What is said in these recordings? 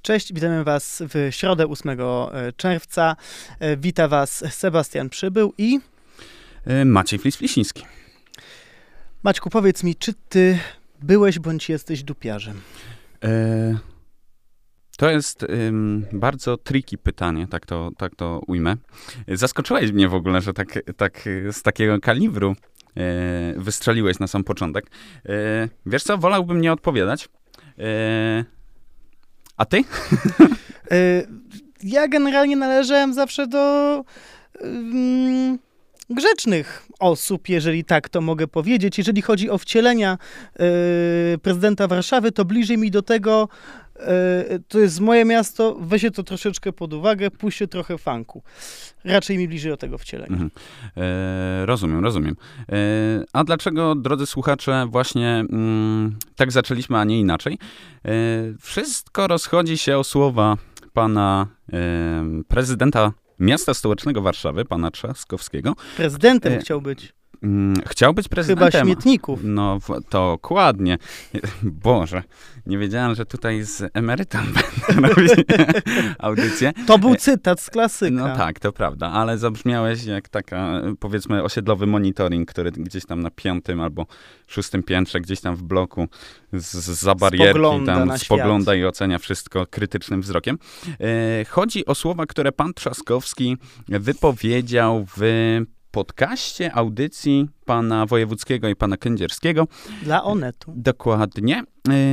Cześć, witamy Was w środę 8 czerwca. Wita Was Sebastian Przybył i Maciej Flis-Flisiński. Maćku, powiedz mi, czy Ty byłeś bądź jesteś dupiarzem? To jest bardzo tricky pytanie, tak to ujmę. Zaskoczyłeś mnie w ogóle, że tak z takiego kalibru wystrzeliłeś na sam początek. Wiesz co, wolałbym nie odpowiadać. A ty? Ja generalnie należałem zawsze do grzecznych osób, jeżeli tak to mogę powiedzieć. Jeżeli chodzi o wcielenia prezydenta Warszawy, to bliżej mi do tego, to jest moje miasto, weźcie to troszeczkę pod uwagę, puśćcie trochę funku. Raczej mi bliżej do tego wcielenia. Rozumiem. A dlaczego, drodzy słuchacze, właśnie tak zaczęliśmy, a nie inaczej? Wszystko rozchodzi się o słowa pana prezydenta miasta stołecznego Warszawy, pana Trzaskowskiego. Prezydentem chciał być. Chciał być prezydentem. Chyba śmietników. No, dokładnie. Boże, nie wiedziałem, że tutaj z emerytem będę robić audycję. To był cytat z klasyka. No tak, to prawda, ale zabrzmiałeś jak taka, powiedzmy, osiedlowy monitoring, który gdzieś tam na 5. albo 6. piętrze, gdzieś tam w bloku za barierki tam spogląda i ocenia wszystko krytycznym wzrokiem. Chodzi o słowa, które pan Trzaskowski wypowiedział w podcaście, audycji pana Wojewódzkiego i pana Kędzierskiego. Dla Onetu. Dokładnie.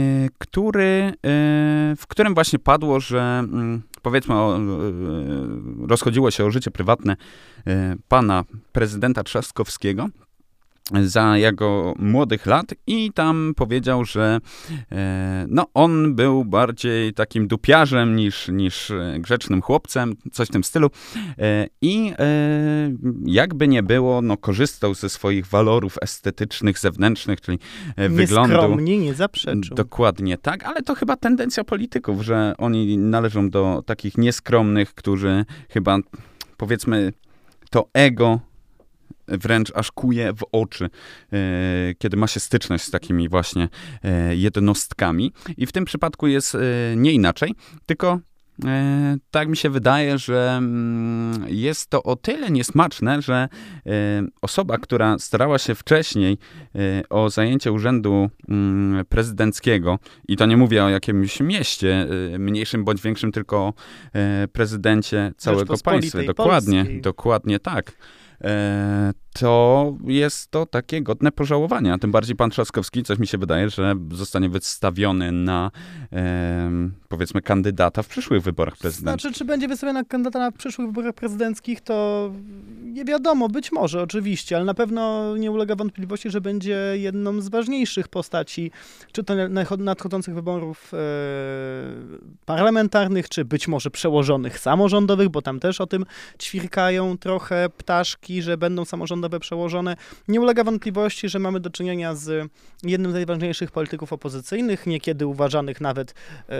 W którym właśnie padło, że powiedzmy rozchodziło się o życie prywatne pana prezydenta Trzaskowskiego za jego młodych lat i tam powiedział, że on był bardziej takim dupiarzem niż grzecznym chłopcem, coś w tym stylu. I jakby nie było, korzystał ze swoich walorów estetycznych, zewnętrznych, czyli wyglądu. Nieskromnie, nie zaprzeczył. Dokładnie tak, ale to chyba tendencja polityków, że oni należą do takich nieskromnych, którzy chyba, powiedzmy, to ego wręcz aż kuje w oczy, kiedy ma się styczność z takimi właśnie jednostkami. I w tym przypadku jest nie inaczej, tylko tak mi się wydaje, że jest to o tyle niesmaczne, że osoba, która starała się wcześniej o zajęcie urzędu prezydenckiego, i to nie mówię o jakimś mieście mniejszym bądź większym, tylko o prezydencie całego państwa. Dokładnie tak. To jest to takie godne pożałowania. Tym bardziej pan Trzaskowski, coś mi się wydaje, że zostanie wystawiony na, powiedzmy, kandydata w przyszłych wyborach prezydenckich. Znaczy, czy będzie wystawiony na kandydata na przyszłych wyborach prezydenckich, to nie wiadomo, być może oczywiście, ale na pewno nie ulega wątpliwości, że będzie jedną z ważniejszych postaci, czy to nadchodzących wyborów parlamentarnych, czy być może przełożonych samorządowych, bo tam też o tym ćwirkają trochę ptaszki, że będą samorządowe przełożone. Nie ulega wątpliwości, że mamy do czynienia z jednym z najważniejszych polityków opozycyjnych, niekiedy uważany nawet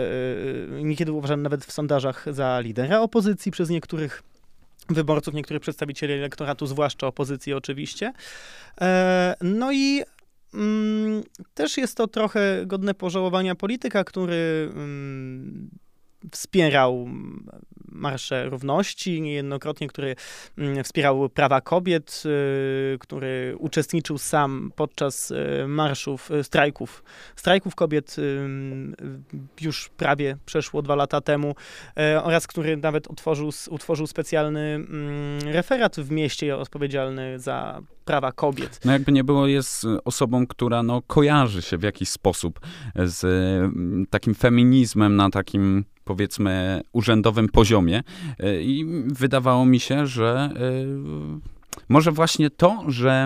w sondażach za lidera opozycji przez niektórych wyborców, niektórych przedstawicieli elektoratu, zwłaszcza opozycji oczywiście. No i też jest to trochę godne pożałowania polityka, który wspierał marsze równości niejednokrotnie, który wspierał prawa kobiet, który uczestniczył sam podczas marszów, strajków kobiet już prawie przeszło 2 lata temu oraz który nawet utworzył specjalny referat w mieście odpowiedzialny za prawa kobiet. No jakby nie było, jest osobą, która kojarzy się w jakiś sposób z takim feminizmem na takim, powiedzmy, urzędowym poziomie i wydawało mi się, że może właśnie to, że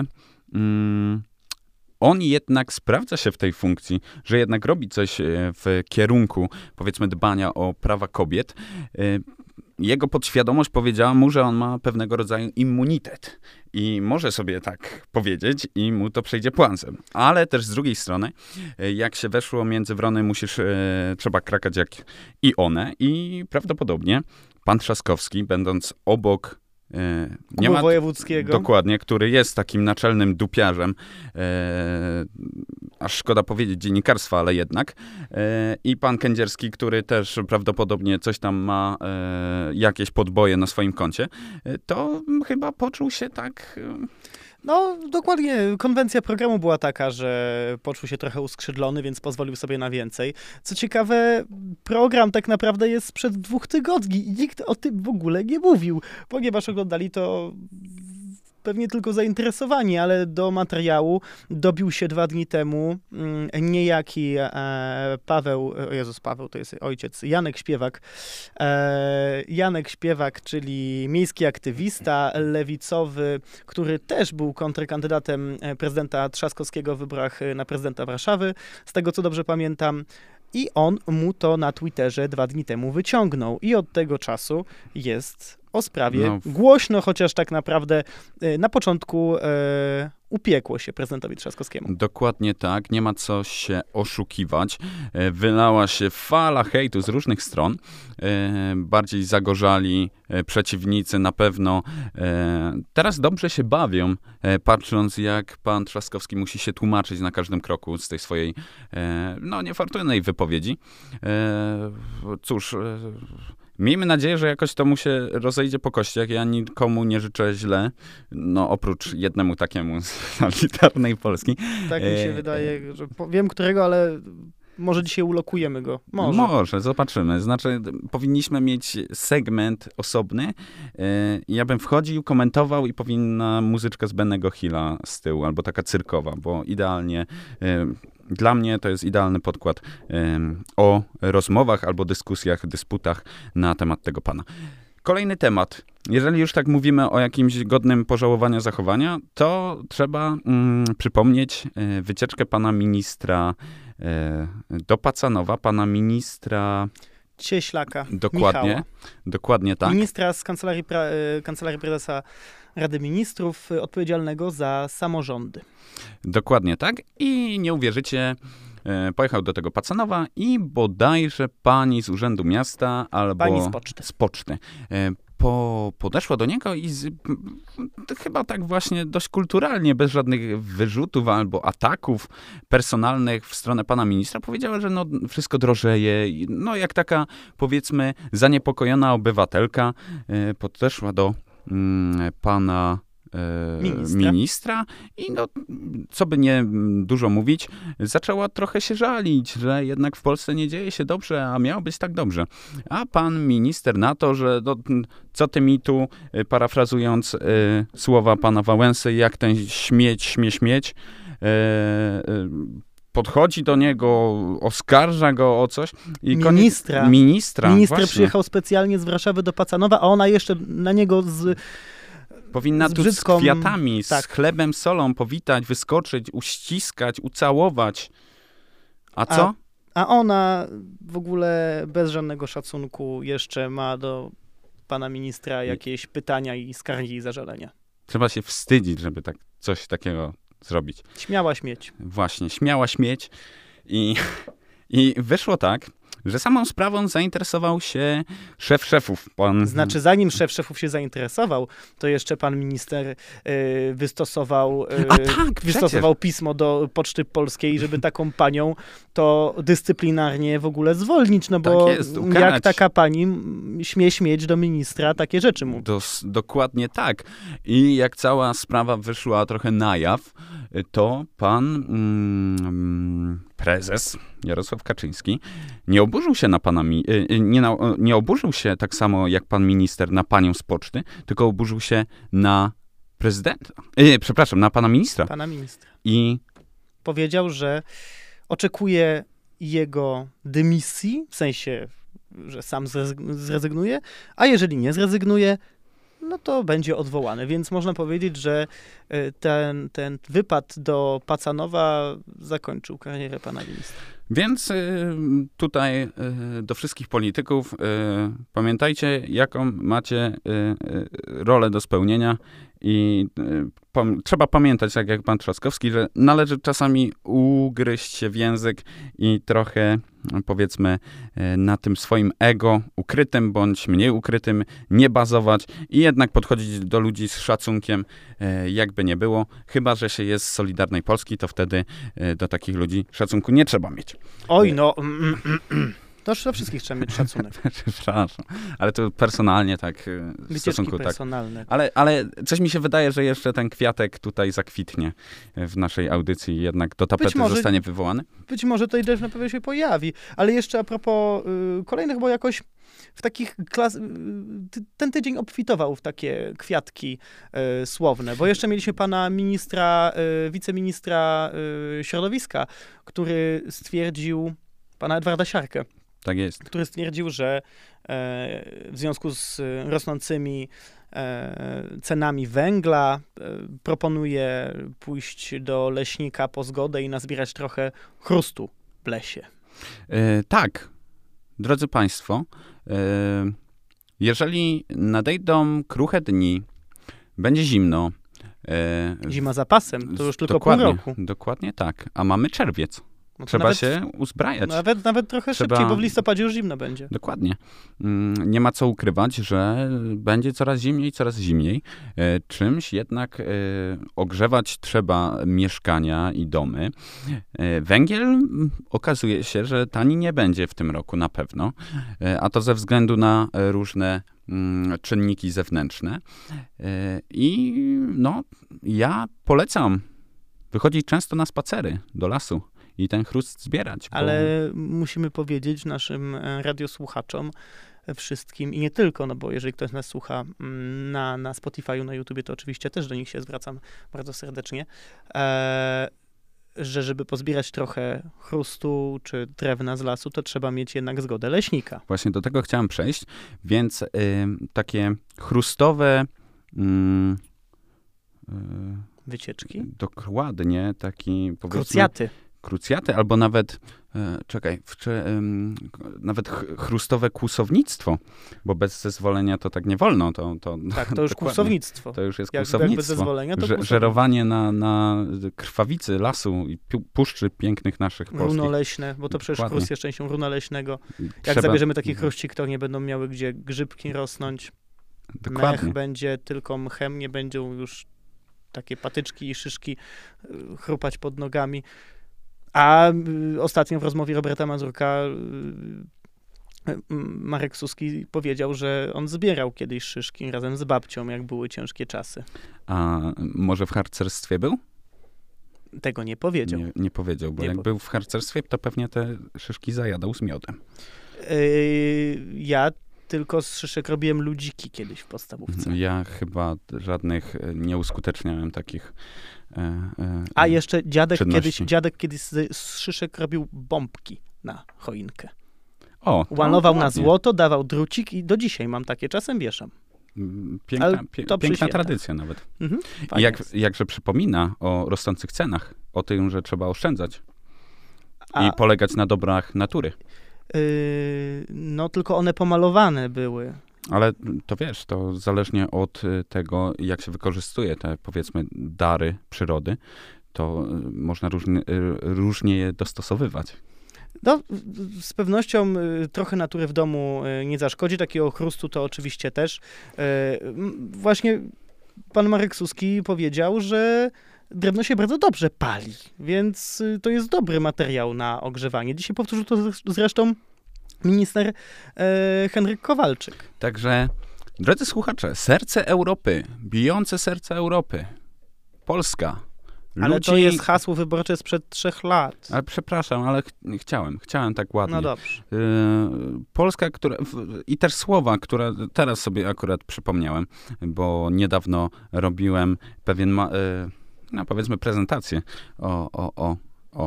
on jednak sprawdza się w tej funkcji, że jednak robi coś w kierunku, powiedzmy, dbania o prawa kobiet, jego podświadomość powiedziała mu, że on ma pewnego rodzaju immunitet i może sobie tak powiedzieć i mu to przejdzie płancem. Ale też z drugiej strony, jak się weszło między wrony, trzeba krakać jak i one i prawdopodobnie pan Trzaskowski, będąc obok nie ma wojewódzkiego. Dokładnie, który jest takim naczelnym dupiarzem, aż szkoda powiedzieć dziennikarstwa, ale jednak. I pan Kędzierski, który też prawdopodobnie coś tam ma, jakieś podboje na swoim koncie, to chyba poczuł się tak... No, dokładnie. Konwencja programu była taka, że poczuł się trochę uskrzydlony, więc pozwolił sobie na więcej. Co ciekawe, program tak naprawdę jest sprzed 2 tygodni i nikt o tym w ogóle nie mówił, ponieważ oglądali to pewnie tylko zainteresowani, ale do materiału dobił się 2 dni temu niejaki Paweł, Paweł to jest ojciec, Janek Śpiewak. Janek Śpiewak, czyli miejski aktywista lewicowy, który też był kontrkandydatem prezydenta Trzaskowskiego w wyborach na prezydenta Warszawy, z tego co dobrze pamiętam. I on mu to na Twitterze 2 dni temu wyciągnął. I od tego czasu jest o sprawie głośno, chociaż tak naprawdę na początku upiekło się prezydentowi Trzaskowskiemu. Dokładnie tak, nie ma co się oszukiwać. Wylała się fala hejtu z różnych stron. Bardziej zagorzali przeciwnicy na pewno. Teraz dobrze się bawią, patrząc jak pan Trzaskowski musi się tłumaczyć na każdym kroku z tej swojej niefortunnej wypowiedzi. Cóż... Miejmy nadzieję, że jakoś to mu się rozejdzie po kościach. Ja nikomu nie życzę źle, oprócz jednemu takiemu z Elitarnej Polski. Tak mi się wydaje, że wiem którego, ale może dzisiaj ulokujemy go. Może, zobaczymy. Znaczy, powinniśmy mieć segment osobny. Ja bym wchodził, komentował i powinna muzyczka z Bennego Hilla z tyłu, albo taka cyrkowa, bo idealnie... Dla mnie to jest idealny podkład o rozmowach albo dyskusjach, dysputach na temat tego pana. Kolejny temat. Jeżeli już tak mówimy o jakimś godnym pożałowania zachowania, to trzeba przypomnieć wycieczkę pana ministra do Pacanowa, pana ministra... Cieślaka, Dokładnie, Michała. Dokładnie tak. Ministra z Kancelarii Prezesa Rady Ministrów odpowiedzialnego za samorządy. Dokładnie tak. I nie uwierzycie, pojechał do tego Pacanowa i bodajże pani z Urzędu Miasta albo pani z poczty podeszła do niego i chyba tak właśnie dość kulturalnie, bez żadnych wyrzutów albo ataków personalnych w stronę pana ministra, powiedziała, że wszystko drożeje. Jak taka, powiedzmy, zaniepokojona obywatelka podeszła do pana ministra i co by nie dużo mówić, zaczęła trochę się żalić, że jednak w Polsce nie dzieje się dobrze, a miało być tak dobrze. A pan minister na to, że co ty mi tu, parafrazując słowa pana Wałęsy, jak ten śmieć, podchodzi do niego, oskarża go o coś. I Minister właśnie przyjechał specjalnie z Warszawy do Pacanowa, a ona jeszcze na niego powinna tu z kwiatami, z chlebem, solą powitać, wyskoczyć, uściskać, ucałować. A co? A ona w ogóle bez żadnego szacunku jeszcze ma do pana ministra jakieś pytania i skargi i zażalenia. Trzeba się wstydzić, żeby coś takiego zrobić. Śmiała śmieć. Właśnie, śmiała śmieć. I wyszło tak, że samą sprawą zainteresował się szef szefów. Znaczy, zanim szef szefów się zainteresował, to jeszcze pan minister wystosował pismo do Poczty Polskiej, żeby taką panią to dyscyplinarnie w ogóle zwolnić, bo tak jest, jak taka pani śmie śmieć do ministra takie rzeczy mu. Dokładnie tak. I jak cała sprawa wyszła trochę na jaw, to pan prezes Jarosław Kaczyński nie oburzył się na pana, nie oburzył się tak samo jak pan minister na panią z poczty, tylko oburzył się na prezydenta. Na pana ministra. Pana ministra. I powiedział, że oczekuje jego dymisji, w sensie, że sam zrezygnuje, a jeżeli nie zrezygnuje, to będzie odwołany. Więc można powiedzieć, że ten wypad do Pacanowa zakończył karierę pana ministra. Więc tutaj do wszystkich polityków pamiętajcie, jaką macie rolę do spełnienia I trzeba pamiętać, tak jak pan Trzaskowski, że należy czasami ugryźć się w język i trochę, powiedzmy, na tym swoim ego, ukrytym bądź mniej ukrytym, nie bazować i jednak podchodzić do ludzi z szacunkiem, jakby nie było. Chyba że się jest z Solidarnej Polski, to wtedy do takich ludzi szacunku nie trzeba mieć. Oj, no... To już do wszystkich trzeba mieć szacunek. Przepraszam, ale to personalnie tak w Wycieczki stosunku personalne. tak. Ale coś mi się wydaje, że jeszcze ten kwiatek tutaj zakwitnie w naszej audycji i jednak do tapety zostanie wywołany. Być może to też na pewno się pojawi. Ale jeszcze a propos kolejnych, bo jakoś w takich ten tydzień obfitował w takie kwiatki słowne, bo jeszcze mieliśmy pana ministra, wiceministra środowiska, który stwierdził, pana Edwarda Siarkę, tak jest, który stwierdził, że w związku z rosnącymi cenami węgla proponuje pójść do leśnika po zgodę i nazbierać trochę chrustu w lesie. Tak, drodzy państwo, jeżeli nadejdą kruche dni, będzie zimno. Zima za pasem, to już tylko pół roku. Dokładnie tak, a mamy czerwiec. No Trzeba nawet, się uzbrajać. Nawet trochę szybciej, bo w listopadzie już zimno będzie. Dokładnie. Nie ma co ukrywać, że będzie coraz zimniej. Czymś jednak ogrzewać trzeba mieszkania i domy. Węgiel okazuje się, że tani nie będzie w tym roku na pewno, a to ze względu na różne czynniki zewnętrzne. I no, ja polecam wychodzić często na spacery do lasu i ten chrust zbierać. Ale musimy powiedzieć naszym radiosłuchaczom wszystkim i nie tylko, no bo jeżeli ktoś nas słucha na Spotify'u, na YouTubie, to oczywiście też do nich się zwracam bardzo serdecznie, że żeby pozbierać trochę chrustu czy drewna z lasu, to trzeba mieć jednak zgodę leśnika. Właśnie do tego chciałem przejść, więc takie chrustowe wycieczki? Dokładnie, taki powiedzmy... Krucjaty, albo nawet, nawet chrustowe kłusownictwo, bo bez zezwolenia to tak nie wolno. Tak, to już kłusownictwo. To już jest kłusownictwo. Jak bez zezwolenia, to żerowanie na krwawicy lasu i puszczy pięknych naszych polskich. Runoleśne, bo to przecież chrust jest częścią runoleśnego. Jak zabierzemy taki chruścik, to nie będą miały gdzie grzybki rosnąć. Dokładnie. Mech będzie tylko mchem, nie będą już takie patyczki i szyszki chrupać pod nogami. A ostatnio w rozmowie Roberta Mazurka Marek Suski powiedział, że on zbierał kiedyś szyszki razem z babcią, jak były ciężkie czasy. A może w harcerstwie był? Tego nie powiedział. Nie powiedział, bo jak był w harcerstwie, to pewnie te szyszki zajadał z miodem. Ja tylko z szyszek robiłem ludziki kiedyś w podstawówce. Ja chyba żadnych nie uskuteczniałem takich A jeszcze dziadek kiedyś z szyszek robił bombki na choinkę. Łanował na złoto, dawał drucik i do dzisiaj mam takie, czasem wieszam. Piękna tradycja nawet. I jakże przypomina o rosnących cenach, o tym, że trzeba oszczędzać i polegać na dobrach natury. No tylko one pomalowane były. Ale to wiesz, to zależnie od tego, jak się wykorzystuje te, powiedzmy, dary przyrody, to można różnie je dostosowywać. No, z pewnością trochę natury w domu nie zaszkodzi. Takiego chrustu to oczywiście też. Właśnie pan Marek Suski powiedział, że drewno się bardzo dobrze pali, więc to jest dobry materiał na ogrzewanie. Dzisiaj powtórzył to zresztą minister Henryk Kowalczyk. Także, drodzy słuchacze, serce Europy, bijące serce Europy, Polska. Ale to jest hasło wyborcze sprzed 3 lat. Ale przepraszam, ale chciałem tak ładnie. No dobrze. Polska, i też słowa, które teraz sobie akurat przypomniałem, bo niedawno robiłem pewien, powiedzmy, prezentację o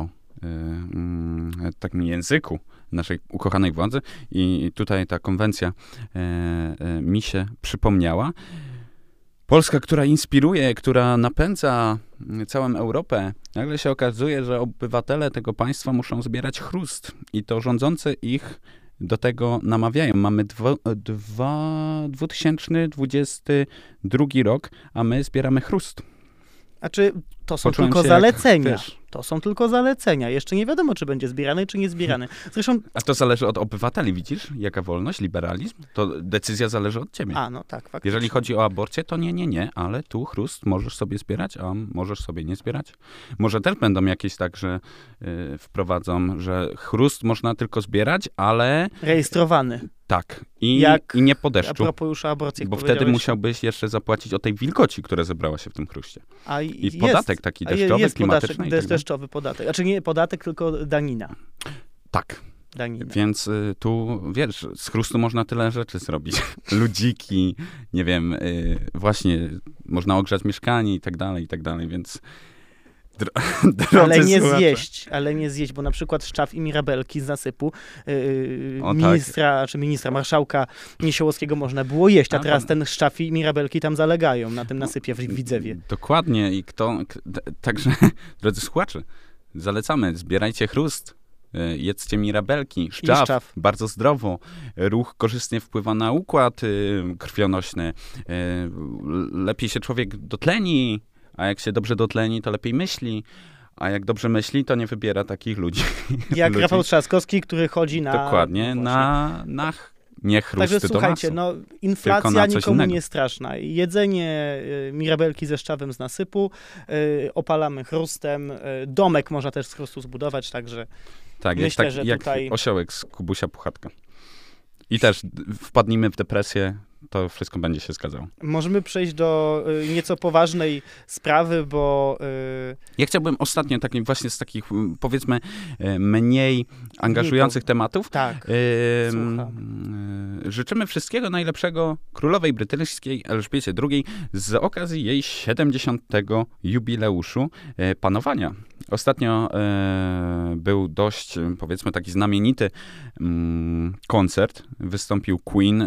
takim języku naszej ukochanej władzy i tutaj ta konwencja mi się przypomniała. Polska, która inspiruje, która napędza całą Europę, nagle się okazuje, że obywatele tego państwa muszą zbierać chrust i to rządzący ich do tego namawiają. Mamy 2022 rok, a my zbieramy chrust. Znaczy, to są Poczułem tylko się zalecenia. jak, wiesz, To są tylko zalecenia. Jeszcze nie wiadomo, czy będzie zbierany, czy nie zbierany. Zresztą... A to zależy od obywateli, widzisz? Jaka wolność, liberalizm? To decyzja zależy od ciebie. A, no tak, faktycznie. Jeżeli chodzi o aborcję, to nie, ale tu chrust możesz sobie zbierać, a możesz sobie nie zbierać. Może też będą jakieś tak, że wprowadzą, że chrust można tylko zbierać, ale... Rejestrowany. Tak. I nie po deszczu. A propos już aborcji, bo wtedy musiałbyś jeszcze zapłacić o tej wilgoci, która zebrała się w tym chruście. I podatek taki deszczowy, klimatyczny i tak deszczowy podatek. Znaczy nie podatek, tylko danina. Tak. Danina. Więc tu, wiesz, z chrustu można tyle rzeczy zrobić. Ludziki, nie wiem, właśnie można ogrzać mieszkanie i tak dalej, więc... Ale nie zjeść, bo na przykład szczaw i mirabelki z nasypu ministra, marszałka Niesiołowskiego można było jeść, a teraz ten szczaw i mirabelki tam zalegają na tym nasypie w Widzewie. Dokładnie i także, drodzy słuchacze, zalecamy, zbierajcie chrust, jedzcie mirabelki, szczaw, bardzo zdrowo, ruch korzystnie wpływa na układ krwionośny, lepiej się człowiek dotleni, a jak się dobrze dotleni, to lepiej myśli. A jak dobrze myśli, to nie wybiera takich ludzi. Jak Rafał Trzaskowski, który chodzi na... Dokładnie, na nie chrusty. Także słuchajcie, do lasu, inflacja nikomu nie straszna. Jedzenie mirabelki ze szczawem z nasypu, opalamy chrustem, domek można też z chrustu zbudować, także tak, myślę, jak, że jak tutaj... osiołek z Kubusia Puchatka. I też wpadnijmy w depresję, to wszystko będzie się zgadzało. Możemy przejść do nieco poważnej sprawy, bo... Ja chciałbym ostatnio właśnie z takich, powiedzmy, mniej angażujących tematów. Tak, życzymy wszystkiego najlepszego królowej brytyjskiej Elżbiecie II z okazji jej 70. jubileuszu panowania. Ostatnio był dość, powiedzmy, taki znamienity koncert. Wystąpił Queen,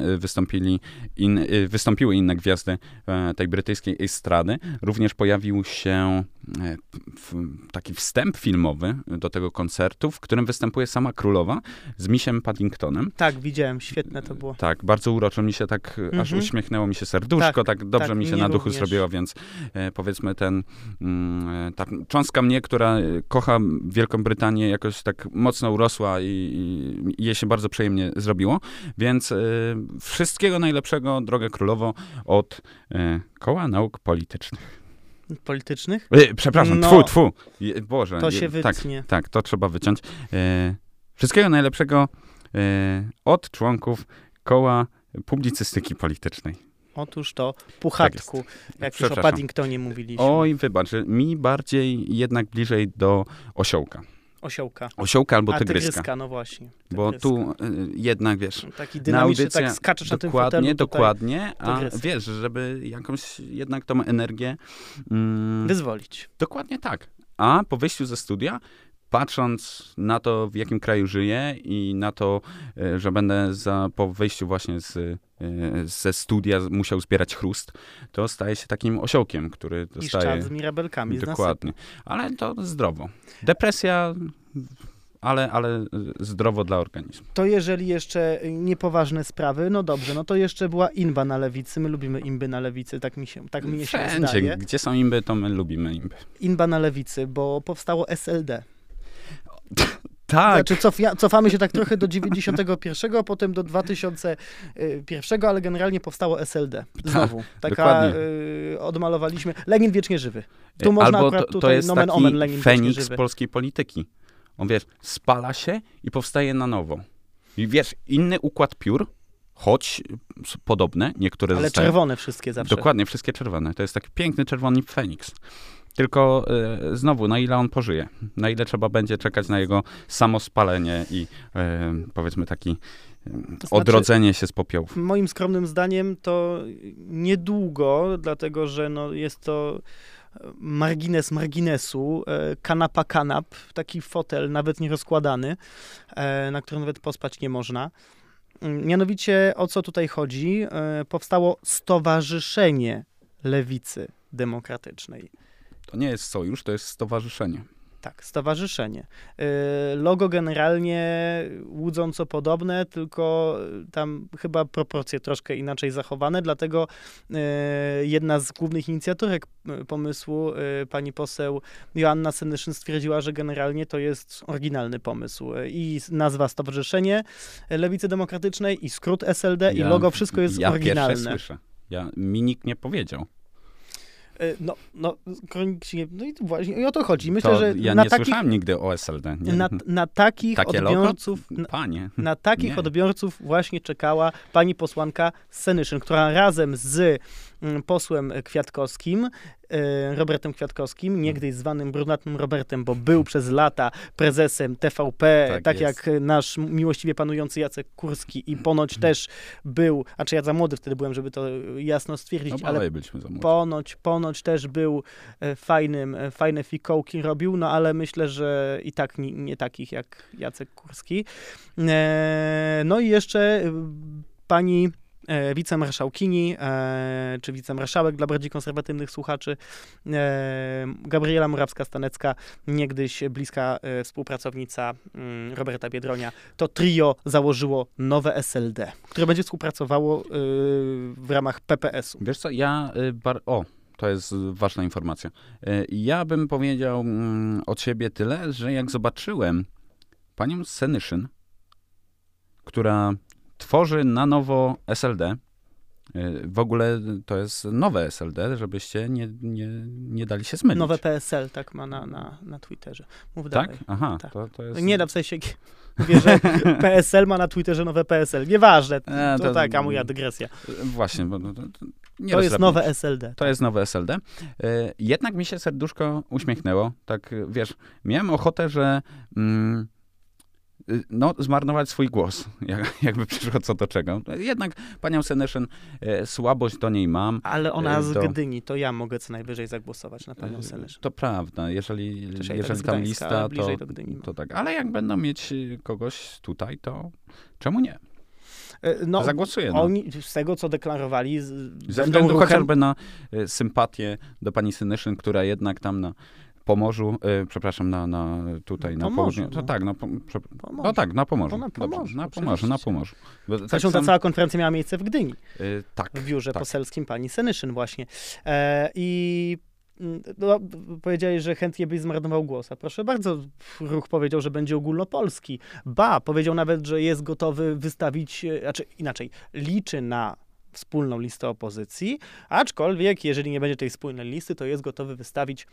wystąpiły inne gwiazdy tej brytyjskiej estrady. Również pojawił się taki wstęp filmowy do tego koncertu, w którym występuje sama królowa z misiem Paddingtonem. Tak, widziałem, świetne to było. Tak, bardzo uroczo, mi się tak aż uśmiechnęło mi się serduszko, tak dobrze mi się na duchu zrobiło, więc powiedzmy ta cząstka mnie, która kocha Wielką Brytanię, jakoś tak mocno urosła i jej się bardzo przyjemnie zrobiło, więc wszystkiego najlepszego, droga królowo, od Koła Nauk Politycznych. Politycznych? Przepraszam, tfu. Boże. To się wytnie. Tak, to trzeba wyciąć. Wszystkiego najlepszego od członków Koła Publicystyki Politycznej. Otóż to, Puchatku, tak jak już o Paddingtonie mówiliśmy. Oj, wybacz, mi bardziej jednak bliżej do osiołka. Osiołka albo tygryska. Tygryska, no właśnie. Tygryska. Bo tu jednak, wiesz, taki dynamiczny, tak skaczesz na tym fotelu. Dokładnie, a wiesz, żeby jakąś jednak tą energię... wyzwolić. Dokładnie tak. A po wyjściu ze studia, patrząc na to, w jakim kraju żyję i na to, że będę po wyjściu właśnie ze studia musiał zbierać chrust, to staje się takim osiołkiem, który dostaje... I szczaw z mirabelkami. Dokładnie. Ale to zdrowo. Depresja... Ale zdrowo dla organizmu. To jeżeli jeszcze niepoważne sprawy, no dobrze, no to jeszcze była inba na lewicy. My lubimy imby na lewicy, tak mnie się zdaje. Wszędzie, gdzie są imby, to my lubimy imby. Inba na lewicy, bo powstało SLD. Tak. Znaczy cofamy się tak trochę do 91, a potem do 2001, ale generalnie powstało SLD. Znowu. Odmalowaliśmy. Lenin wiecznie żywy. Tu można albo akurat to jest nomen taki omen, Lenin Feniks polskiej polityki. On, wiesz, spala się i powstaje na nowo. I wiesz, inny układ piór, choć podobne, niektóre ale zostają. Czerwone wszystkie zawsze. Dokładnie, wszystkie czerwone. To jest taki piękny czerwony Feniks. Tylko znowu, na ile on pożyje? Na ile trzeba będzie czekać na jego samospalenie i powiedzmy taki odrodzenie się z popiołów? Moim skromnym zdaniem to niedługo, dlatego że jest to margines marginesu, kanapa kanap, taki fotel nawet nierozkładany, na którym nawet pospać nie można. Mianowicie o co tutaj chodzi? Powstało Stowarzyszenie Lewicy Demokratycznej. To nie jest sojusz, to jest stowarzyszenie. Tak, stowarzyszenie. Logo generalnie łudząco podobne, tylko tam chyba proporcje troszkę inaczej zachowane, dlatego jedna z głównych inicjatorek pomysłu, pani poseł Joanna Senyszyn, stwierdziła, że generalnie to jest oryginalny pomysł. I nazwa Stowarzyszenie Lewicy Demokratycznej, i skrót SLD, i logo, wszystko jest oryginalne. Ja pierwsze słyszę. Mi nikt nie powiedział. Kronicznie, no i właśnie i o to chodzi. Myślę, że ja nie słyszałem nigdy o SLD. Na takich takie odbiorców, logo? Panie. Na takich odbiorców właśnie czekała pani posłanka Senyszyn, która razem z posłem Kwiatkowskim, Robertem Kwiatkowskim, niegdyś zwanym Brunatnym Robertem, bo był przez lata prezesem TVP, tak jak nasz miłościwie panujący Jacek Kurski, i ponoć też był, ja za młody wtedy byłem, żeby to jasno stwierdzić, ale ponoć też był fajne fikołki robił, no ale myślę, że i tak nie takich jak Jacek Kurski. No i jeszcze pani wicemarszałkini, czy wicemarszałek dla bardziej konserwatywnych słuchaczy, Gabriela Morawska-Stanecka, niegdyś bliska współpracownica Roberta Biedronia. To trio założyło nowe SLD, które będzie współpracowało w ramach PPS-u. Wiesz co, to jest ważna informacja. Ja bym powiedział od siebie tyle, że jak zobaczyłem panią Senyszyn, która tworzy na nowo SLD. W ogóle to jest nowe SLD, żebyście nie dali się zmylić. Nowe PSL, tak ma na Twitterze. Mów dalej. Tak? Aha. Tak. To jest... Nie, w sensie mówię, że PSL ma na Twitterze nowe PSL. Nieważne, to taka moja dygresja. Właśnie, bo to jest nowe SLD. To jest nowe SLD. Jednak mi się serduszko uśmiechnęło. Tak, wiesz, miałem ochotę, że zmarnować swój głos, jakby przyszło co do czego. Jednak panią Senyszyn, słabość do niej mam. Ale ona z Gdyni, to ja mogę co najwyżej zagłosować na panią Senyszyn. To prawda, jeżeli tam lista, to tak. Ale jak będą mieć kogoś tutaj, to czemu nie? To zagłosuję. Oni z tego, co deklarowali, ze względu chociażby na sympatię do pani Senyszyn, która jednak tam na Pomorzu, przepraszam, na południu. Na Pomorzu. Na Pomorzu. Zresztą ta cała konferencja miała miejsce w Gdyni. Tak. W biurze poselskim pani Senyszyn właśnie. Powiedziałeś, że chętnie byś zmarnował głos. A proszę bardzo, Ruch powiedział, że będzie ogólnopolski. Powiedział nawet, że jest gotowy wystawić, inaczej, liczy na wspólną listę opozycji, aczkolwiek jeżeli nie będzie tej wspólnej listy, to jest gotowy wystawić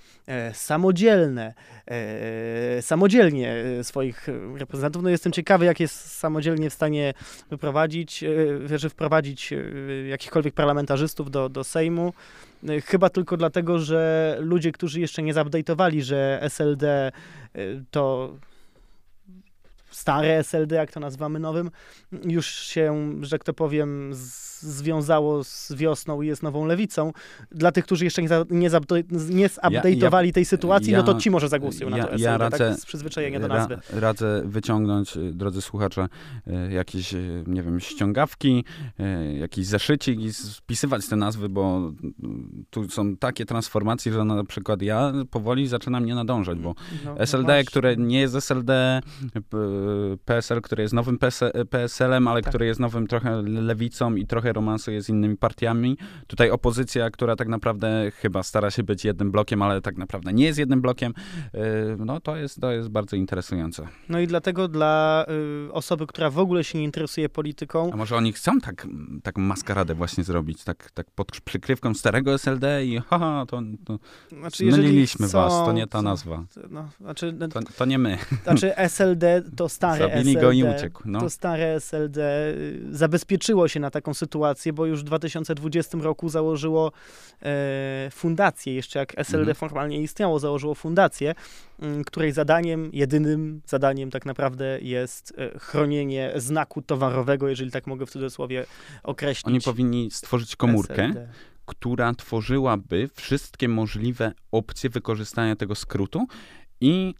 samodzielnie swoich reprezentantów. No jestem ciekawy, jak jest samodzielnie w stanie wprowadzić jakichkolwiek parlamentarzystów do Sejmu. Chyba tylko dlatego, że ludzie, którzy jeszcze nie zupdate'owali, że SLD to stare SLD, jak to nazywamy nowym, już się, że tak to powiem, związało z wiosną i jest nową lewicą. Dla tych, którzy jeszcze nie zupdate'owali tej sytuacji, no to ci może zagłosują na to SLD, tak z przyzwyczajenia do nazwy. Radzę wyciągnąć, drodzy słuchacze, jakieś, nie wiem, ściągawki, jakiś zeszycik i spisywać te nazwy, bo tu są takie transformacje, że na przykład ja powoli zaczynam nie nadążać, bo SLD, które nie jest SLD, PSL, który jest nowym PSL-em, ale który jest nowym trochę lewicą i trochę romansuje z innymi partiami. Tutaj opozycja, która tak naprawdę chyba stara się być jednym blokiem, ale tak naprawdę nie jest jednym blokiem. To jest bardzo interesujące. No i dlatego dla osoby, która w ogóle się nie interesuje polityką... A może oni chcą taką maskaradę właśnie zrobić, tak pod przykrywką starego SLD i zmyliliśmy was, to nie ta nazwa. To nie my. SLD to stare Zabili SLD. Go i uciekł. To stare SLD zabezpieczyło się na taką sytuację, bo już w 2020 roku założyło fundację, jeszcze jak SLD formalnie istniało, założyło fundację, której jedynym zadaniem tak naprawdę jest chronienie znaku towarowego, jeżeli tak mogę w cudzysłowie określić. Oni powinni stworzyć komórkę, SLD, która tworzyłaby wszystkie możliwe opcje wykorzystania tego skrótu i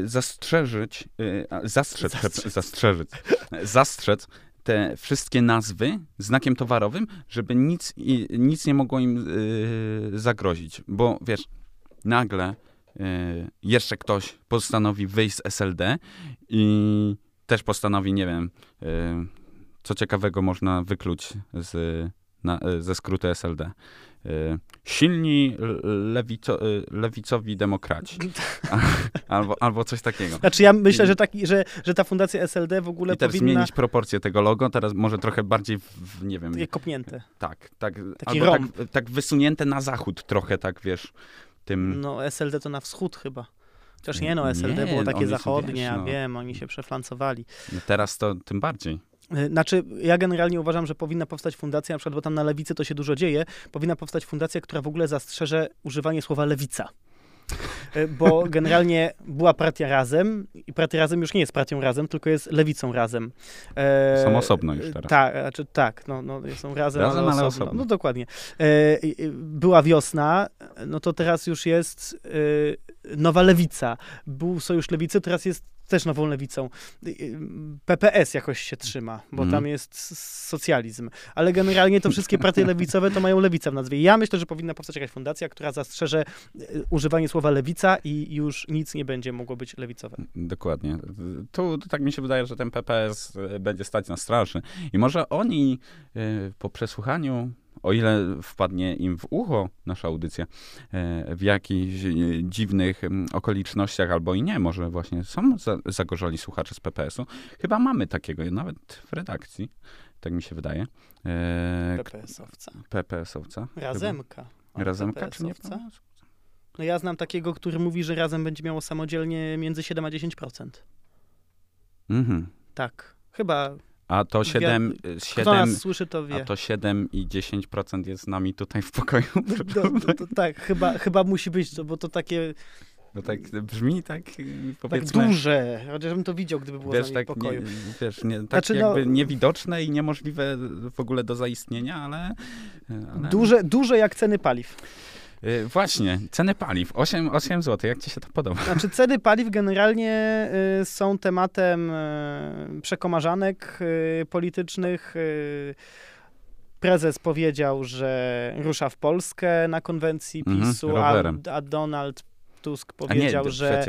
zastrzec te wszystkie nazwy znakiem towarowym, żeby nic nie mogło im zagrozić. Bo wiesz, nagle jeszcze ktoś postanowi wyjść z SLD i też postanowi, nie wiem, co ciekawego można wykluć ze skrótu SLD. Silni lewicowi demokraci. Albo coś takiego. Znaczy ja myślę, że ta fundacja SLD w ogóle I też powinna... zmienić proporcje tego logo, teraz może trochę bardziej, nie wiem... kopnięte. Tak. Taki albo rąb. tak wysunięte na zachód trochę, tak wiesz, tym... No SLD to na wschód chyba. Chociaż SLD było takie zachodnie, ja wiem, oni się przeflancowali. No teraz to tym bardziej. Znaczy, ja generalnie uważam, że powinna powstać fundacja, na przykład, bo tam na lewicy to się dużo dzieje, powinna powstać fundacja, która w ogóle zastrzeże używanie słowa lewica. Bo generalnie była partia Razem i partia Razem już nie jest partią Razem, tylko jest lewicą Razem. Są osobno już teraz. Tak, są razem ale osobno. osobno. No dokładnie. Była Wiosna, no to teraz już jest Nowa Lewica. Był Sojusz Lewicy, teraz jest też nową lewicą. PPS jakoś się trzyma, bo tam jest socjalizm. Ale generalnie to wszystkie partie lewicowe to mają lewicę w nazwie. Ja myślę, że powinna powstać jakaś fundacja, która zastrzeże używanie słowa lewica i już nic nie będzie mogło być lewicowe. Dokładnie. Tu tak mi się wydaje, że ten PPS będzie stać na straży. I może oni po przesłuchaniu, o ile wpadnie im w ucho nasza audycja, w jakichś dziwnych okolicznościach albo i nie, może właśnie są zagorzali słuchacze z PPS-u. Chyba mamy takiego, nawet w redakcji, tak mi się wydaje. PPS-owca. Razemka. Razemka czy nie? No ja znam takiego, który mówi, że Razem będzie miało samodzielnie między 7 a 10%. Tak, chyba... A to 7, kto nas słyszy, to wie. A to 7 i 10% jest z nami tutaj w pokoju. To tak, chyba musi być, bo to takie... No tak brzmi, tak powiedzmy... Tak duże, chociażbym to widział, gdyby było z nami w pokoju. Niewidoczne i niemożliwe w ogóle do zaistnienia, ale... Duże jak ceny paliw. Właśnie, ceny paliw, 8 zł, jak ci się to podoba? Znaczy ceny paliw generalnie są tematem przekomarzanek politycznych. Prezes powiedział, że rusza w Polskę na konwencji PiS-u, a Donald Tusk powiedział, że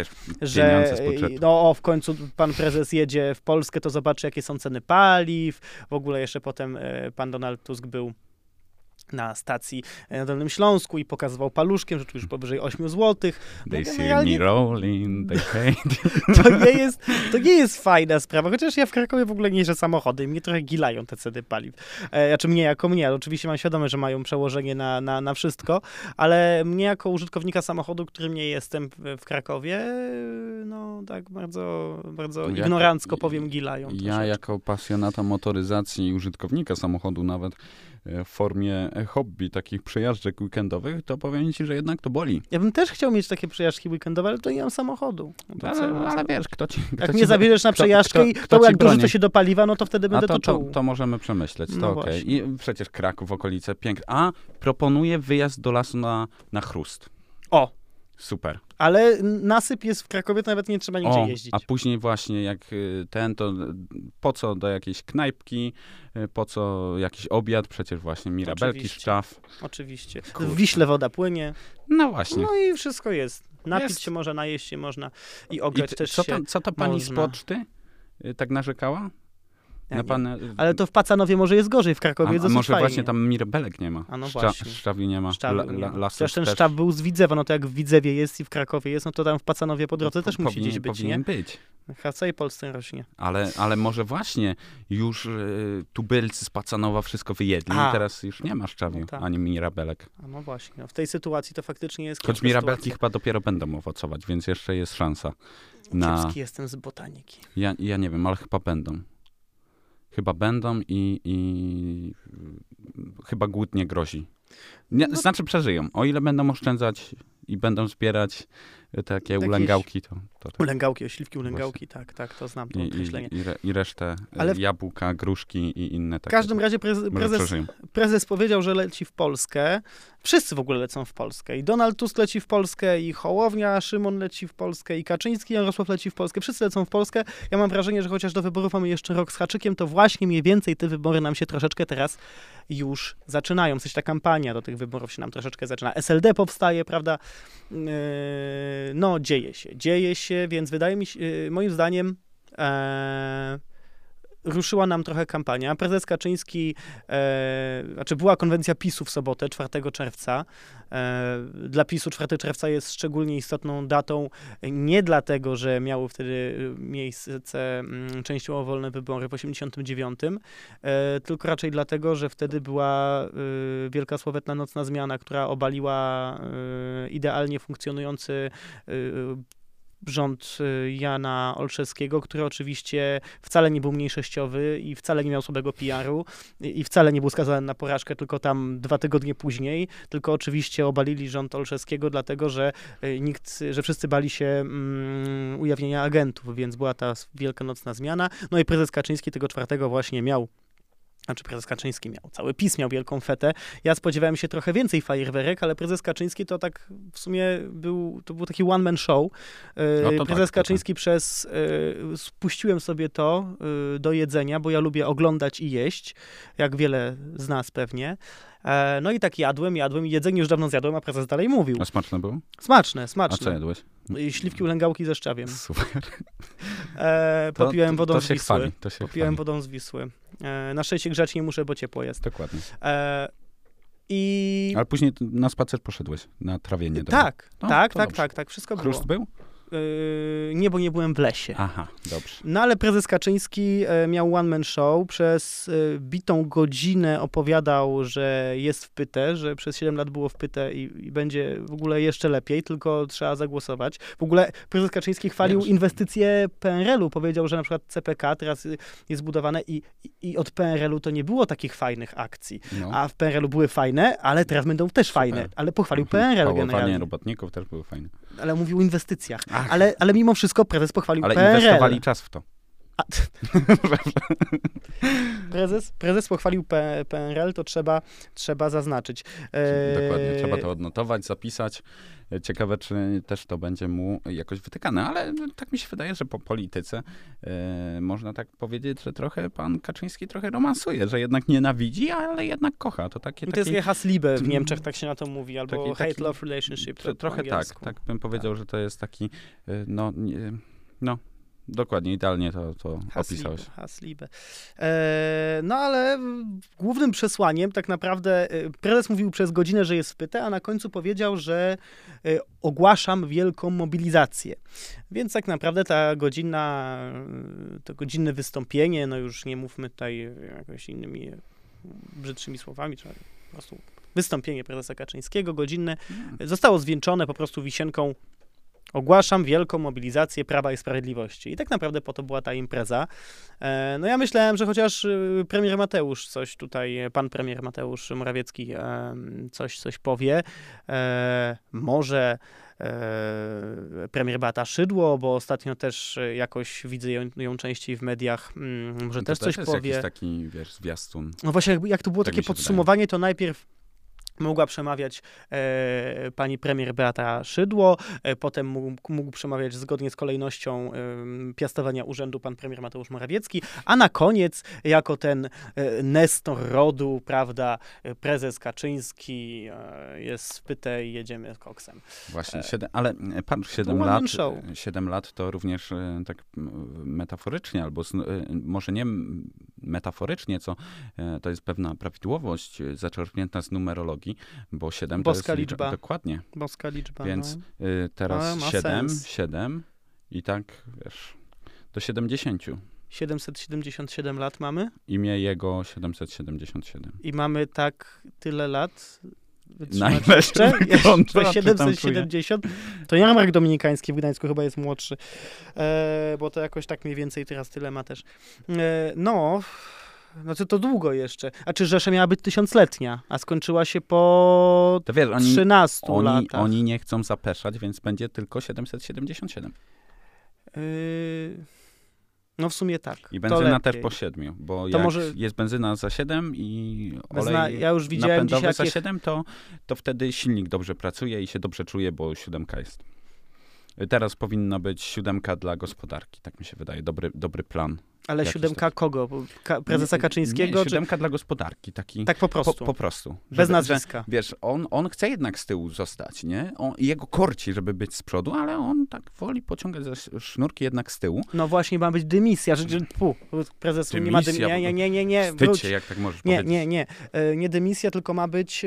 w końcu pan prezes jedzie w Polskę, to zobaczy, jakie są ceny paliw. W ogóle jeszcze potem pan Donald Tusk był na stacji na Dolnym Śląsku i pokazywał paluszkiem, że tu już powyżej 8 zł. They see me rolling, they hate. To nie jest fajna sprawa, chociaż ja w Krakowie w ogóle nie jeżdżę samochody i mnie trochę gilają te ceny paliw. Znaczy mnie jako mnie, ale oczywiście mam świadomość, że mają przełożenie na wszystko, ale mnie jako użytkownika samochodu, którym nie jestem w Krakowie, no tak bardzo ignorancko powiem, gilają. Ja jako pasjonata motoryzacji i użytkownika samochodu nawet w formie hobby, takich przejażdżek weekendowych, to powiem ci, że jednak to boli. Ja bym też chciał mieć takie przejażdżki weekendowe, ale to nie mam samochodu. Ale wiesz, jak mnie zabierzesz na przejażdżkę i to jak dorzucę się do paliwa, no to wtedy będę to czuł. To możemy przemyśleć, to okej. I przecież Kraków, okolice, piękne. A proponuję wyjazd do lasu na chrust. O! Super. Ale nasyp jest w Krakowie, to nawet nie trzeba nigdzie jeździć. A później właśnie jak to po co do jakiejś knajpki, po co jakiś obiad, przecież właśnie mirabelki, szczaw. Oczywiście. W Wiśle woda płynie. No właśnie. No i wszystko jest. Napić się można, najeść się można i ogrzeć też się Co to pani z poczty tak narzekała? Ale to w Pacanowie może jest gorzej, w Krakowie jest dosyć może fajnie. właśnie tam mirabelek nie ma. A no właśnie. Szczawi nie ma. Chociaż ten szczaw był z Widzewa, no to jak w Widzewie jest i w Krakowie jest, no to tam w Pacanowie po drodze też musi gdzieś być, powinien być. W całej Polsce rośnie. Ale może właśnie już tubylcy z Pacanowa wszystko wyjedli i teraz już nie ma szczawiu, ani mirabelek. A no właśnie, no w tej sytuacji to faktycznie jest choć mirabelki chyba dopiero będą owocować, więc jeszcze jest szansa. Kiepski jestem z botaniki. Ja nie wiem, ale chyba będą. I chyba głód nie grozi. Znaczy przeżyją. O ile będą oszczędzać i będą zbierać takie ulęgałki, to tak. Ulęgałki, ośliwki, ulęgałki, tak, to znam to określenie. I resztę, jabłka, gruszki i inne takie. W każdym razie prezes powiedział, że leci w Polskę. Wszyscy w ogóle lecą w Polskę. I Donald Tusk leci w Polskę, i Hołownia, Szymon leci w Polskę, i Kaczyński, Jarosław leci w Polskę. Wszyscy lecą w Polskę. Ja mam wrażenie, że chociaż do wyborów mamy jeszcze rok z haczykiem, to właśnie mniej więcej te wybory nam się troszeczkę teraz już zaczynają. Coś ta kampania do tych wyborów się nam troszeczkę zaczyna. SLD powstaje, prawda? No, dzieje się, więc wydaje mi się, moim zdaniem ruszyła nam trochę kampania. Prezes Kaczyński, znaczy była konwencja PiS-u w sobotę, 4 czerwca. Dla PiS-u 4 czerwca jest szczególnie istotną datą, nie dlatego, że miały wtedy miejsce częściowo wolne wybory w 89, tylko raczej dlatego, że wtedy była wielka sławetna nocna zmiana, która obaliła idealnie funkcjonujący rząd Jana Olszewskiego, który oczywiście wcale nie był mniejszościowy i wcale nie miał słabego PR-u i wcale nie był skazany na porażkę, tylko tam 2 tygodnie później, tylko oczywiście obalili rząd Olszewskiego, dlatego że że wszyscy bali się ujawnienia agentów, więc była ta wielka nocna zmiana. No i prezes Kaczyński tego 4 właśnie miał. Znaczy prezes Kaczyński miał, cały PiS miał wielką fetę. Ja spodziewałem się trochę więcej fajerwerek, ale prezes Kaczyński to tak w sumie był taki one-man show. Prezes Kaczyński spuściłem sobie to do jedzenia, bo ja lubię oglądać i jeść, jak wiele z nas pewnie. No i tak jadłem i jedzenie już dawno zjadłem, a prezes dalej mówił. A smaczne było? Smaczne. A co jadłeś? Śliwki ulęgałki ze szczawiem. Super. Popiłem wodą z Wisły. Popiłem wodą z Wisły. Na szczęście grzać nie muszę, bo ciepło jest. Dokładnie. Ale później na spacer poszedłeś, na trawienie. Tak, wszystko było. Chrust był? Nie, bo nie byłem w lesie. Aha, dobrze. No ale prezes Kaczyński miał one-man show. Przez bitą godzinę opowiadał, że jest w pyte, że przez 7 lat było w pyte i będzie w ogóle jeszcze lepiej, tylko trzeba zagłosować. W ogóle prezes Kaczyński chwalił inwestycje PRL-u. Powiedział, że na przykład CPK teraz jest budowane i od PRL-u to nie było takich fajnych akcji. No. A w PRL-u były fajne, ale teraz będą też fajne. Ale pochwalił PRL generalnie. Robotników też były fajne. Ale mówił o inwestycjach. Ale mimo wszystko prezes pochwalił PRL. Ale inwestowali czas w to. Prezes pochwalił PRL, to trzeba zaznaczyć. Dokładnie, trzeba to odnotować, zapisać. Ciekawe, czy też to będzie mu jakoś wytykane, ale tak mi się wydaje, że po polityce można tak powiedzieć, że trochę pan Kaczyński trochę romansuje, że jednak nienawidzi, ale jednak kocha. To jest Hassliebe w Niemczech, tak się na to mówi, albo hate-love relationship. Trochę tak bym powiedział, że to jest taki, dokładnie, idealnie to opisałeś. Hassliebe. No ale głównym przesłaniem tak naprawdę prezes mówił przez godzinę, że jest w pyte, a na końcu powiedział, że ogłaszam wielką mobilizację. Więc tak naprawdę to godzinne wystąpienie, no już nie mówmy tutaj jakoś innymi brzydszymi słowami, czy po prostu wystąpienie prezesa Kaczyńskiego godzinne zostało zwieńczone po prostu wisienką: ogłaszam wielką mobilizację Prawa i Sprawiedliwości. I tak naprawdę po to była ta impreza. No ja myślałem, że chociaż pan premier Mateusz Morawiecki coś powie. Może premier Beata Szydło, bo ostatnio też jakoś widzę ją częściej w mediach. Może też coś powie. Jakiś taki, zwiastun. No właśnie, jak to było takie podsumowanie, to najpierw mogła przemawiać pani premier Beata Szydło, potem mógł przemawiać zgodnie z kolejnością piastowania urzędu pan premier Mateusz Morawiecki, a na koniec, jako ten nestor rodu, prawda, prezes Kaczyński jest w pyte i jedziemy koksem. Właśnie, ale patrz, 7 lat to również tak metaforycznie, albo może nie metaforycznie, co to jest pewna prawidłowość zaczerpnięta z numerologii, bo 7 boska to jest liczba. Dokładnie. Boska liczba. Więc teraz 7 i tak, wiesz, do 70. 777 lat mamy. Imię jego 777. I mamy tyle lat. Na ile się wygląda, 770. To jarmark dominikański w Gdańsku chyba jest młodszy, bo to jakoś tak mniej więcej teraz tyle ma też. Znaczy to długo jeszcze. A czy Rzesza miała być 1000-letnia, a skończyła się po 13 latach. Oni nie chcą zapeszać, więc będzie tylko 777. No w sumie tak. I benzyna też po 7, bo jak jest benzyna za 7 i olej ja już widziałem napędowy za 7, to wtedy silnik dobrze pracuje i się dobrze czuje, bo 7 jest. Teraz powinna być 7 dla gospodarki, tak mi się wydaje. Dobry plan. Ale 7 kogo? Prezesa Kaczyńskiego? Nie, 7 dla gospodarki. Taki, tak po prostu? Po prostu. Bez nazwiska. Wiesz, on chce jednak z tyłu zostać, nie? Jego korci, żeby być z przodu, ale on tak woli pociągać za sznurki jednak z tyłu. No właśnie, ma być dymisja. Prezes nie ma dymisji. Nie. Wstydźcie, jak tak możesz powiedzieć. Nie dymisja, tylko ma być,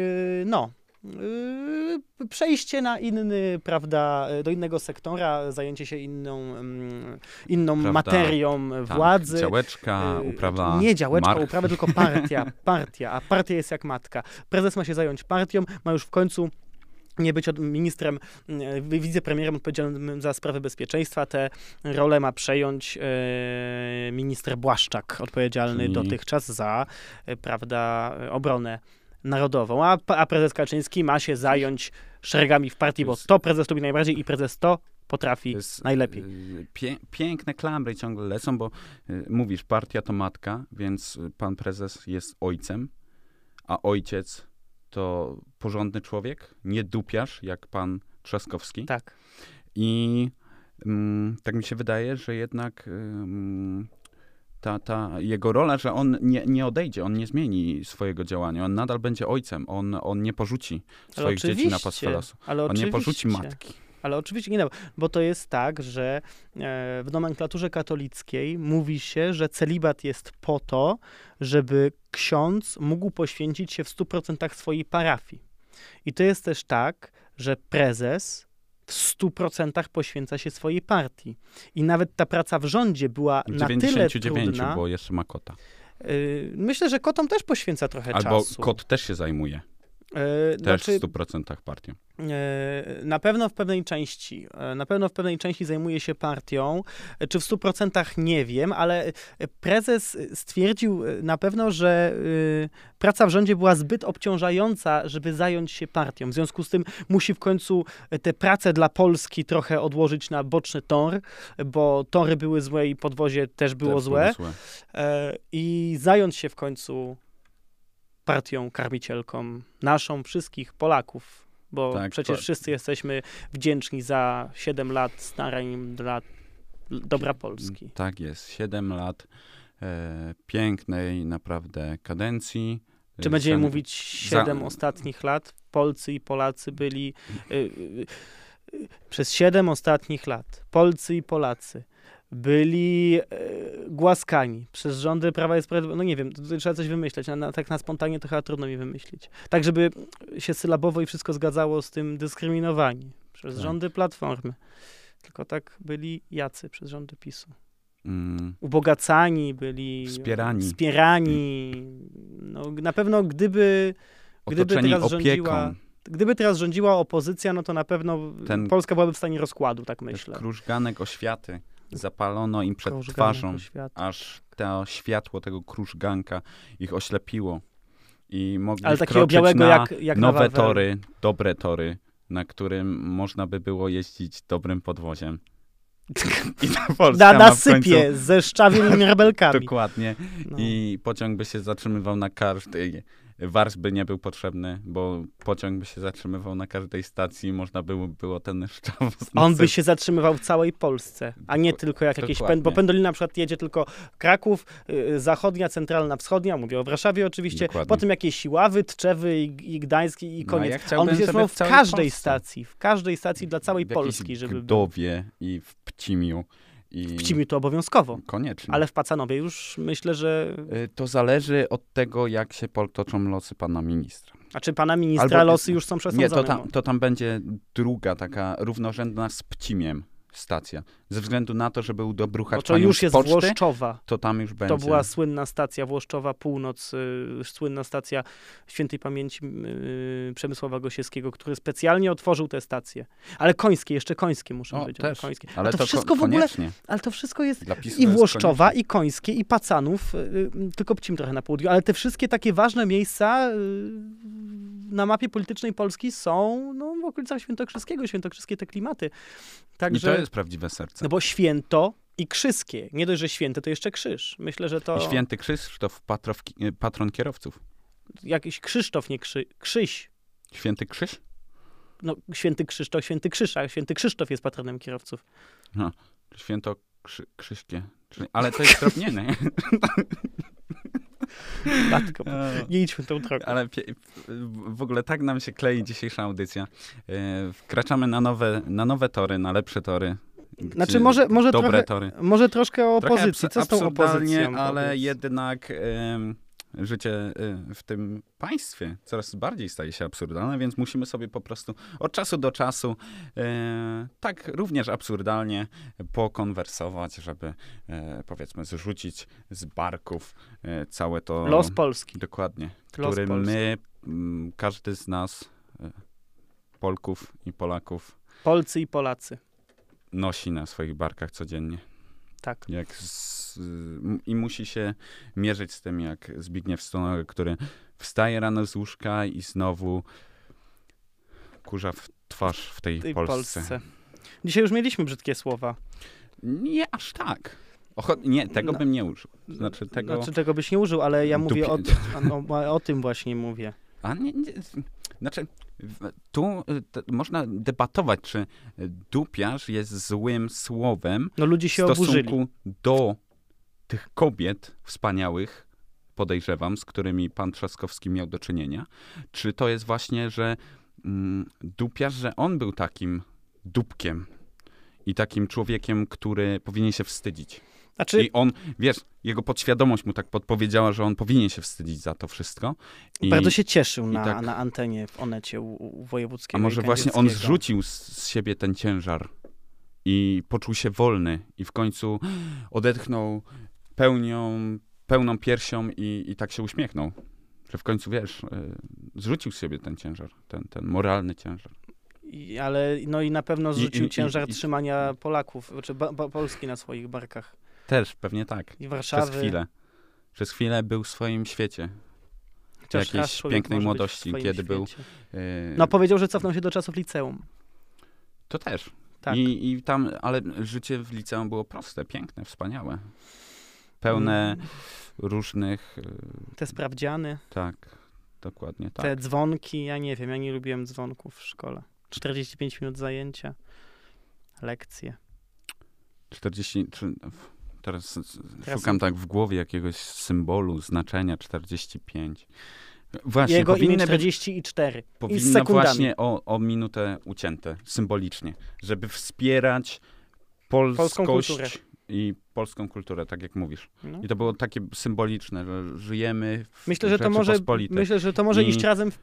przejście na inny, prawda, do innego sektora, zajęcie się inną materią władzy. Działeczka, uprawa. Nie działeczka, uprawa, tylko partia, a partia jest jak matka. Prezes ma się zająć partią, ma już w końcu nie być ministrem, wicepremierem odpowiedzialnym za sprawy bezpieczeństwa. Tę rolę ma przejąć minister Błaszczak, odpowiedzialny dotychczas za, prawda, obronę narodową, a prezes Kaczyński ma się zająć szeregami w partii, bo to prezes lubi najbardziej i prezes to potrafi najlepiej. Piękne klamry ciągle lecą, bo mówisz, partia to matka, więc pan prezes jest ojcem, a ojciec to porządny człowiek, nie dupiarz, jak pan Trzaskowski. Tak. I tak mi się wydaje, że jednak ta jego rola, że on nie odejdzie, on nie zmieni swojego działania, on nadal będzie ojcem, on nie porzuci swoich dzieci na pastwę losu. On nie porzuci matki. Ale oczywiście nie, bo to jest tak, że w nomenklaturze katolickiej mówi się, że celibat jest po to, żeby ksiądz mógł poświęcić się w 100% swojej parafii. I to jest też tak, że prezes w 100% poświęca się swojej partii. I nawet ta praca w rządzie była na tyle trudna. Bo jeszcze ma kota. Myślę, że kotom też poświęca trochę czasu. Albo kot też się zajmuje. Też w 100% partią. Na pewno w pewnej części zajmuje się partią. Czy w 100% nie wiem, ale prezes stwierdził na pewno, że praca w rządzie była zbyt obciążająca, żeby zająć się partią. W związku z tym musi w końcu tę pracę dla Polski trochę odłożyć na boczny tor, bo tory były złe i podwozie też było złe. I zająć się w końcu partią karmicielką naszą, wszystkich Polaków, bo przecież wszyscy jesteśmy wdzięczni za 7 lat starań dla dobra Polski. Tak jest, 7 lat pięknej naprawdę kadencji. Czy będziemy mówić 7 ostatnich lat? Polcy i Polacy byli przez 7 ostatnich lat, Polcy i Polacy byli głaskani przez rządy Prawa i Sprawiedliwości. No nie wiem, to trzeba coś wymyśleć. Tak na spontanie to chyba trudno mi wymyślić. Tak, żeby się sylabowo i wszystko zgadzało z tym dyskryminowani przez rządy Platformy. Tylko tak byli jacy przez rządy PiS-u. Ubogacani byli. Wspierani. No, na pewno gdyby teraz rządziła opozycja, no to na pewno Polska byłaby w stanie rozkładu, tak myślę. Krużganek oświaty zapalono im przed twarzą, aż to światło tego krużganka ich oślepiło i mogli wkroczyć jak nowe tory, dobre tory, na którym można by było jeździć dobrym podwoziem. I na nasypie ze szczawiem i mirabelkami. Dokładnie. No. I pociąg by się zatrzymywał na każdej. Wars by nie był potrzebny, bo pociąg by się zatrzymywał na każdej stacji, można było ten szczaw. On by się zatrzymywał w całej Polsce, a nie tylko jak jakieś bo pendolina na przykład jedzie tylko Kraków, zachodnia, centralna, wschodnia, mówię o Warszawie oczywiście, potem jakieś Ławy, Tczewy i Gdańsk i koniec. No, on by się zatrzymywał w każdej stacji dla całej Polski, żeby w Gdowie i w Pcimiu. W Pcimiu to obowiązkowo. Koniecznie. Ale w Pacanowie już myślę, że... To zależy od tego, jak się potoczą losy pana ministra. A czy pana ministra losy już są przesądzone? Nie, to tam będzie druga taka równorzędna z Pcimiem stacja. Ze względu na to, że był dobruchacz to już jest poczty, Włoszczowa. To tam już będzie. To była słynna stacja Włoszczowa Północ, słynna stacja świętej pamięci Przemysława Gosiewskiego, który specjalnie otworzył tę stację. Ale jeszcze końskie muszą być. Też. Końskie. Ale to wszystko w ogóle, ale to wszystko jest i Włoszczowa, i Końskie, i Pacanów, tylko Pcim trochę na południu, ale te wszystkie takie ważne miejsca na mapie politycznej Polski są w okolicach Świętokrzyskiego, świętokrzyskie te klimaty. Także, i to jest prawdziwe serce. No bo święto i krzyskie. Nie dość, że święte, to jeszcze krzyż. Myślę, że to... I święty Krzysztof, patron kierowców. Jakiś Krzysztof, nie Krzyś. Święty Krzyż? no, święty Krzyż, a święty Krzysztof jest patronem kierowców. No, święto Krzyśkie. Ale to jest drobnienie, nie? Matko, nie idźmy tą drogą. Ale w ogóle tak nam się klei dzisiejsza audycja. Wkraczamy na nowe tory, na lepsze tory. Znaczy może dobre trochę, tory. może troszkę o opozycji. Co z tą absurdalnie, opozycją? ale powiedz? jednak życie w tym państwie coraz bardziej staje się absurdalne, więc musimy sobie po prostu od czasu do czasu tak również absurdalnie pokonwersować, żeby powiedzmy zrzucić z barków całe to... Los Polski. Dokładnie. Los Który Polski. my, każdy z nas, Polków i Polaków, Polcy i Polacy. nosi na swoich barkach codziennie. Tak. I musi się mierzyć z tym, jak Zbigniew Stonoga, który wstaje rano z łóżka i znowu kurza w twarz w tej Polsce. Dzisiaj już mieliśmy brzydkie słowa. Nie aż tak. Nie, tego bym nie użył. Znaczy tego byś nie użył, ale ja mówię o tym właśnie mówię. A nie, znaczy, tu można debatować, czy dupiarz jest złym słowem No ludzie się w stosunku oburzyli. do tych kobiet wspaniałych, podejrzewam, z którymi pan Trzaskowski miał do czynienia. Czy to jest właśnie, że dupiarz, że on był takim dupkiem i takim człowiekiem, który powinien się wstydzić. Znaczy, I on, wiesz, jego podświadomość mu tak podpowiedziała, że on powinien się wstydzić za to wszystko. bardzo się cieszył na antenie w Onecie u wojewódzkiego. A może właśnie on zrzucił z siebie ten ciężar i poczuł się wolny i w końcu odetchnął pełną piersią i tak się uśmiechnął. Że w końcu, wiesz, zrzucił z siebie ten ciężar, ten moralny ciężar. Ale no i na pewno zrzucił ciężar trzymania Polaków, czy Polski na swoich barkach. Też, pewnie tak. I Warszawy. Przez chwilę był w swoim świecie. Chociaż jakiejś pięknej młodości, kiedy był... No powiedział, że cofnął się do czasów liceum. To też. Tak. I tam, ale życie w liceum było proste, piękne, wspaniałe. Pełne różnych... Te sprawdziany. Tak, dokładnie tak. Te dzwonki, ja nie wiem, ja nie lubiłem dzwonków w szkole. 45 minut zajęcia, lekcje. 40... Teraz szukam tak w głowie jakiegoś symbolu, znaczenia 45. Właśnie, jego imię 44. Powinno I z sekundami. właśnie o minutę ucięte, symbolicznie, żeby wspierać polską kulturę. I polską kulturę, tak jak mówisz. No. I to było takie symboliczne, że żyjemy w Rzeczypospolitej. Myślę, że to może iść razem w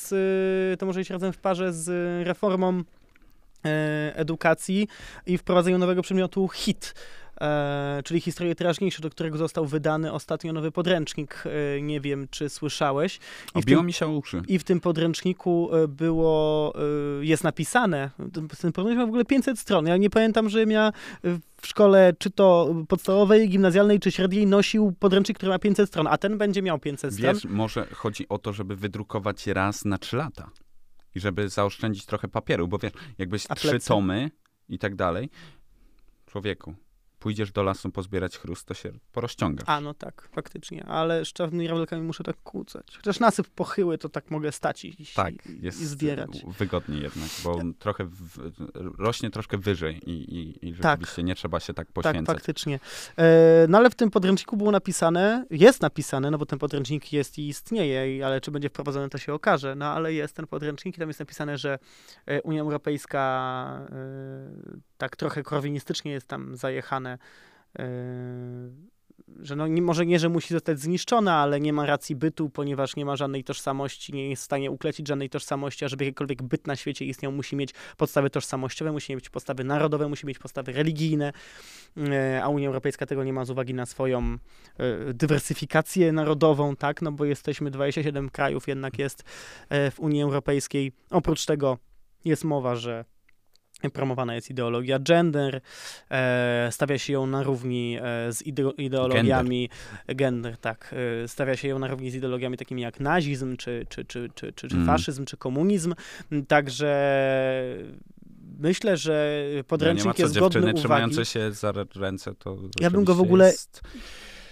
parze z reformą edukacji i wprowadzeniem nowego przedmiotu HIT. Czyli historie teraźniejsze, do którego został wydany ostatnio nowy podręcznik. Nie wiem, czy słyszałeś. Obiło mi się uszy. I w tym podręczniku jest napisane, ten podręcznik ma w ogóle 500 stron. Ja nie pamiętam, że ja w szkole, czy to podstawowej, gimnazjalnej, czy średniej, nosił podręcznik, który ma 500 stron, a ten będzie miał 500 stron. Wiesz, może chodzi o to, żeby wydrukować raz na 3 lata. I żeby zaoszczędzić trochę papieru, bo wiesz, jakbyś 3 tomy i tak dalej, człowieku, pójdziesz do lasu pozbierać chrust, to się porozciągasz. A, no tak, faktycznie. Ale szczawnymi rabelkami muszę tak kłócać. Chociaż nasyp pochyły, to tak mogę stać i zbierać. Wygodniej jednak, bo on trochę rośnie troszkę wyżej i rzeczywiście nie trzeba się tak poświęcać. Tak, faktycznie. No ale w tym podręczniku było jest napisane, no bo ten podręcznik jest i istnieje, ale czy będzie wprowadzony, to się okaże. No ale jest ten podręcznik i tam jest napisane, że Unia Europejska tak trochę korwinistycznie jest tam zajechane, że no może nie, że musi zostać zniszczona, ale nie ma racji bytu, ponieważ nie ma żadnej tożsamości, nie jest w stanie uklecić żadnej tożsamości, a żeby jakikolwiek byt na świecie istniał, musi mieć podstawy tożsamościowe, musi mieć podstawy narodowe, musi mieć podstawy religijne, a Unia Europejska tego nie ma z uwagi na swoją dywersyfikację narodową, tak, no bo jesteśmy 27 krajów, jednak jest w Unii Europejskiej. Oprócz tego jest mowa, że promowana jest ideologia gender, stawia się ją na równi z ideologiami gender, tak, stawia się ją na równi z ideologiami takimi jak nazizm, czy faszyzm, czy komunizm, także myślę, że podręcznik jest godny uwagi. Dziewczyny trzymające się za ręce, to ja bym go w ogóle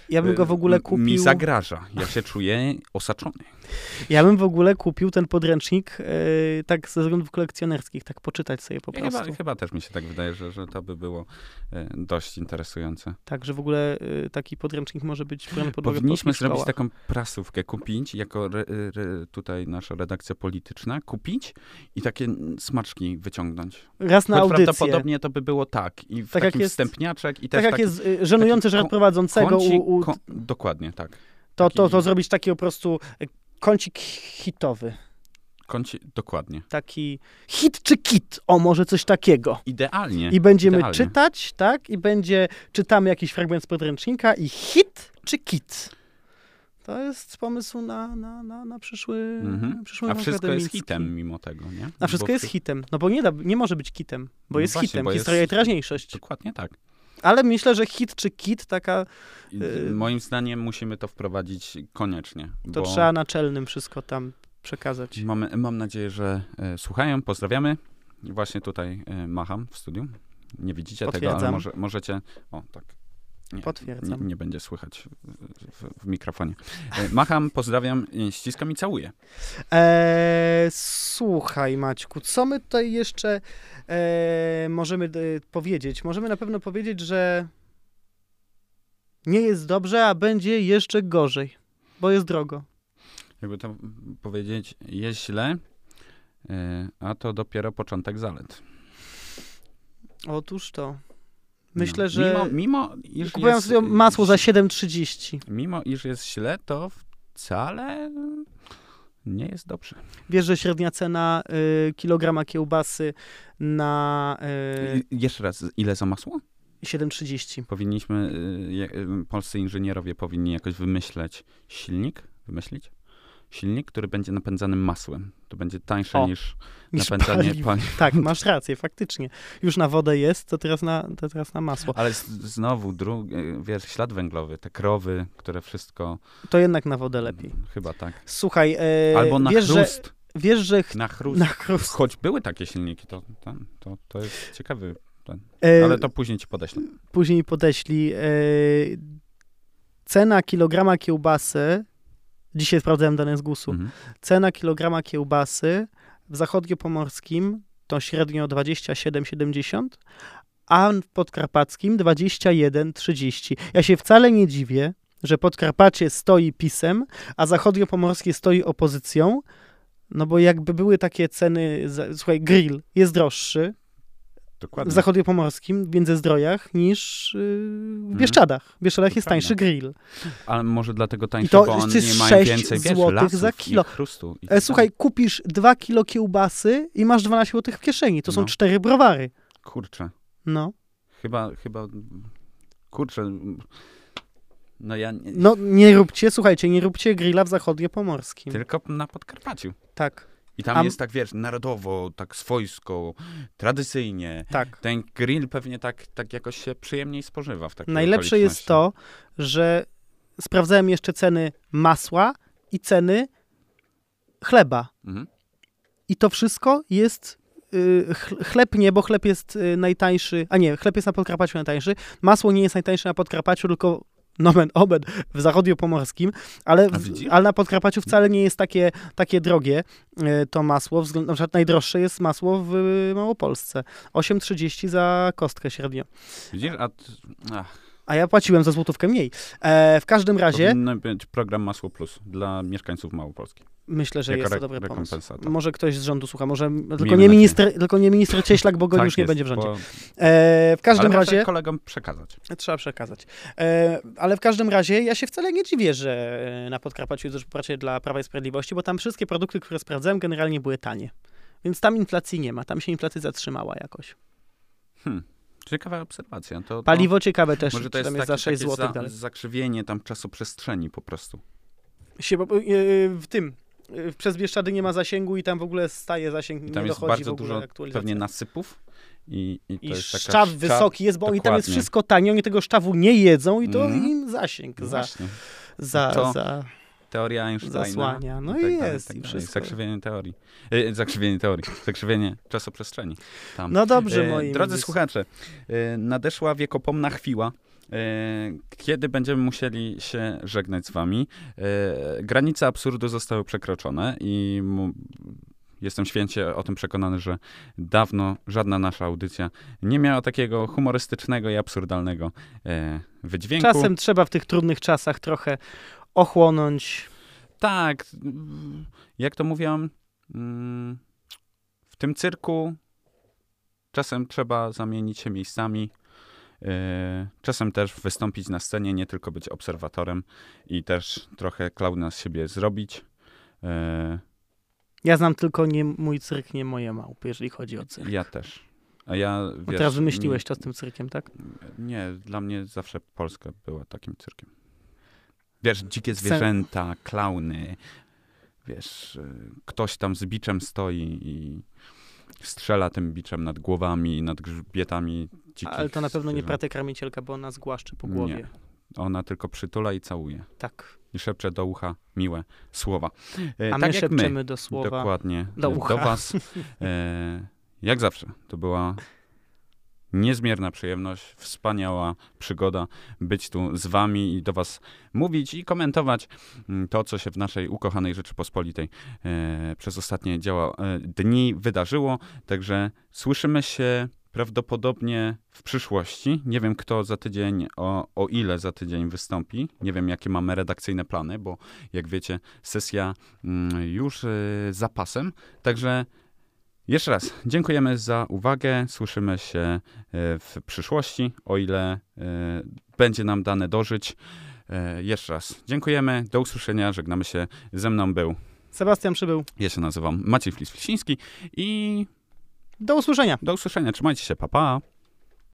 Ja bym go w ogóle kupił... mi zagraża. Ja się czuję osaczony. Ja bym w ogóle kupił ten podręcznik tak ze względów kolekcjonerskich, tak poczytać sobie po prostu. Chyba też mi się tak wydaje, że to by było dość interesujące. Tak, że w ogóle taki podręcznik może być brany pod uwagę. Powinniśmy zrobić taką prasówkę, kupić, jako tutaj nasza redakcja polityczna, kupić i takie smaczki wyciągnąć. Raz na audycję. Prawdopodobnie to by było tak. I w tak takim jest, wstępniaczek. I tak też jak taki, jest żenujący żart prowadzącego. Dokładnie, tak. To zrobić taki po prostu kącik hitowy. Dokładnie. Taki hit czy kit, może coś takiego. Idealnie. I będziemy czytać, tak? I czytamy jakiś fragment z podręcznika i hit czy kit. To jest pomysł na przyszły A wszystko jest hitem mimo tego, nie? A wszystko jest hitem. No bo nie może być kitem, bo jest właśnie, hitem. Bo Historia i teraźniejszość. Dokładnie tak. Ale myślę, że hit czy kit taka... Moim zdaniem musimy to wprowadzić koniecznie. To trzeba naczelnym wszystko tam przekazać. Mam nadzieję, że słuchają. Pozdrawiamy. Właśnie tutaj macham w studiu. Nie widzicie tego, ale możecie... O, tak. Potwierdzam. Nie będzie słychać w mikrofonie. Macham, pozdrawiam, ściskam i całuję. Słuchaj, Maćku, co my tutaj jeszcze możemy powiedzieć? Możemy na pewno powiedzieć, że nie jest dobrze, a będzie jeszcze gorzej, bo jest drogo. Jakby to powiedzieć, jest źle, a to dopiero początek zalet. Otóż to. Myślę, że mimo iż kupuję sobie masło za 7,30. Mimo iż jest źle, to wcale nie jest dobrze. Wiesz, że średnia cena kilograma kiełbasy na... Jeszcze raz, ile za masło? 7,30. Powinniśmy, polscy inżynierowie powinni jakoś wymyślić, który będzie napędzany masłem. To będzie tańsze niż napędzanie paliw. Tak, masz rację, faktycznie. Już na wodę jest, to teraz na masło. Ale znowu, wiesz, ślad węglowy, te krowy, które wszystko... To jednak na wodę lepiej. Chyba tak. Słuchaj, albo na chrust. Wiesz, że... Na chrust. Choć były takie silniki, to jest ciekawy... Ale to później ci podeślę. Później podeślij. Cena kilograma kiełbasy, dzisiaj sprawdzałem dane z GUS-u, cena kilograma kiełbasy w zachodniopomorskim to średnio 27,70, a w podkarpackim 21,30. Ja się wcale nie dziwię, że Podkarpacie stoi PiS-em, a zachodniopomorskie stoi opozycją, no bo jakby były takie ceny, słuchaj, grill jest droższy, dokładnie, w zachodniopomorskim, w Międzyzdrojach, niż w Bieszczadach. W Bieszczadach jest tańszy grill. Ale może dlatego tańszy, bo on nie ma więcej złotych za kilo. Chrustu. Słuchaj, kupisz 2 kilo kiełbasy i masz 12 złotych w kieszeni. To są 4 browary. Kurczę. No. Chyba, kurczę, nie róbcie grilla w zachodniopomorskim. Tylko na Podkarpaciu. Tak. I tam jest tak, wiesz, narodowo, tak swojsko, tradycyjnie. Tak. Ten grill pewnie tak jakoś się przyjemniej spożywa w takiej Najlepsze jest to, że sprawdzałem jeszcze ceny masła i ceny chleba. I to wszystko jest... chleb nie, bo chleb jest najtańszy, chleb jest na Podkarpaciu najtańszy. Masło nie jest najtańsze na Podkarpaciu, tylko nomen omen w zachodniopomorskim, ale na Podkarpaciu wcale nie jest takie drogie to masło. Na przykład najdroższe jest masło w Małopolsce. 8,30 za kostkę średnio. Widzisz? A ja płaciłem za złotówkę mniej. W każdym razie... Powinien być program Masło Plus dla mieszkańców Małopolski. Myślę, że jest to dobry pomysł. Może ktoś z rządu słucha, tylko nie minister Cieślak, bo go już nie będzie w rządzie. W każdym razie... kolegom przekazać. Trzeba przekazać. Ale w każdym razie ja się wcale nie dziwię, że na Podkarpaciu jest też poparcie dla Prawa i Sprawiedliwości, bo tam wszystkie produkty, które sprawdzałem, generalnie były tanie. Więc tam inflacji nie ma. Tam się inflacja zatrzymała jakoś. Ciekawa obserwacja. Paliwo ciekawe też. Może to jest za 6 zł dalej. Zakrzywienie tam czasoprzestrzeni po prostu. Przez Bieszczady nie ma zasięgu i tam w ogóle staje zasięg, nie dochodzi jest bardzo w ogóle dużo pewnie nasypów. I to jest taka szczaw wysoki jest, bo tam jest wszystko tanie, oni tego szczawu nie jedzą i to im zasięg teoria Einsteina. Zasłania. No i jest. I wszystko. Zakrzywienie teorii. Zakrzywienie czasoprzestrzeni. Tam. No dobrze, moi drodzy słuchacze, nadeszła wiekopomna chwila, Kiedy będziemy musieli się żegnać z wami? Granice absurdu zostały przekroczone i jestem święcie o tym przekonany, że dawno żadna nasza audycja nie miała takiego humorystycznego i absurdalnego wydźwięku. Czasem trzeba w tych trudnych czasach trochę ochłonąć. Tak, jak to mówią, w tym cyrku czasem trzeba zamienić się miejscami, czasem też wystąpić na scenie, nie tylko być obserwatorem i też trochę klauna z siebie zrobić. Ja znam tylko nie mój cyrk, nie moje małpy, jeżeli chodzi o cyrk. Ja też. A ja, wiesz, teraz wymyśliłeś to z tym cyrkiem, tak? Nie, dla mnie zawsze Polska była takim cyrkiem. Wiesz, dzikie zwierzęta, klauny, wiesz, ktoś tam z biczem stoi i strzela tym biczem nad głowami, nad grzbietami dzikich Ale to na pewno nie zwierząt. praty karmicielka, bo ona zgłaszczy po głowie. Nie. Ona tylko przytula i całuje. Tak. I szepcze do ucha miłe słowa. A tak my jak szepczemy do słowa. Dokładnie. Do ucha. Do was. Jak zawsze. To była niezmierna przyjemność, wspaniała przygoda być tu z wami i do was mówić i komentować to, co się w naszej ukochanej Rzeczypospolitej przez ostatnie dni wydarzyło. Także słyszymy się prawdopodobnie w przyszłości. Nie wiem, kto za tydzień, o ile za tydzień wystąpi. Nie wiem, jakie mamy redakcyjne plany, bo jak wiecie, sesja już za pasem. Także jeszcze raz dziękujemy za uwagę. Słyszymy się w przyszłości, o ile będzie nam dane dożyć. Jeszcze raz dziękujemy. Do usłyszenia. Żegnamy się. Ze mną był Sebastian Przybył. Ja się nazywam Maciej Flis-Flisiński i Do usłyszenia. do usłyszenia. Trzymajcie się. Pa, pa.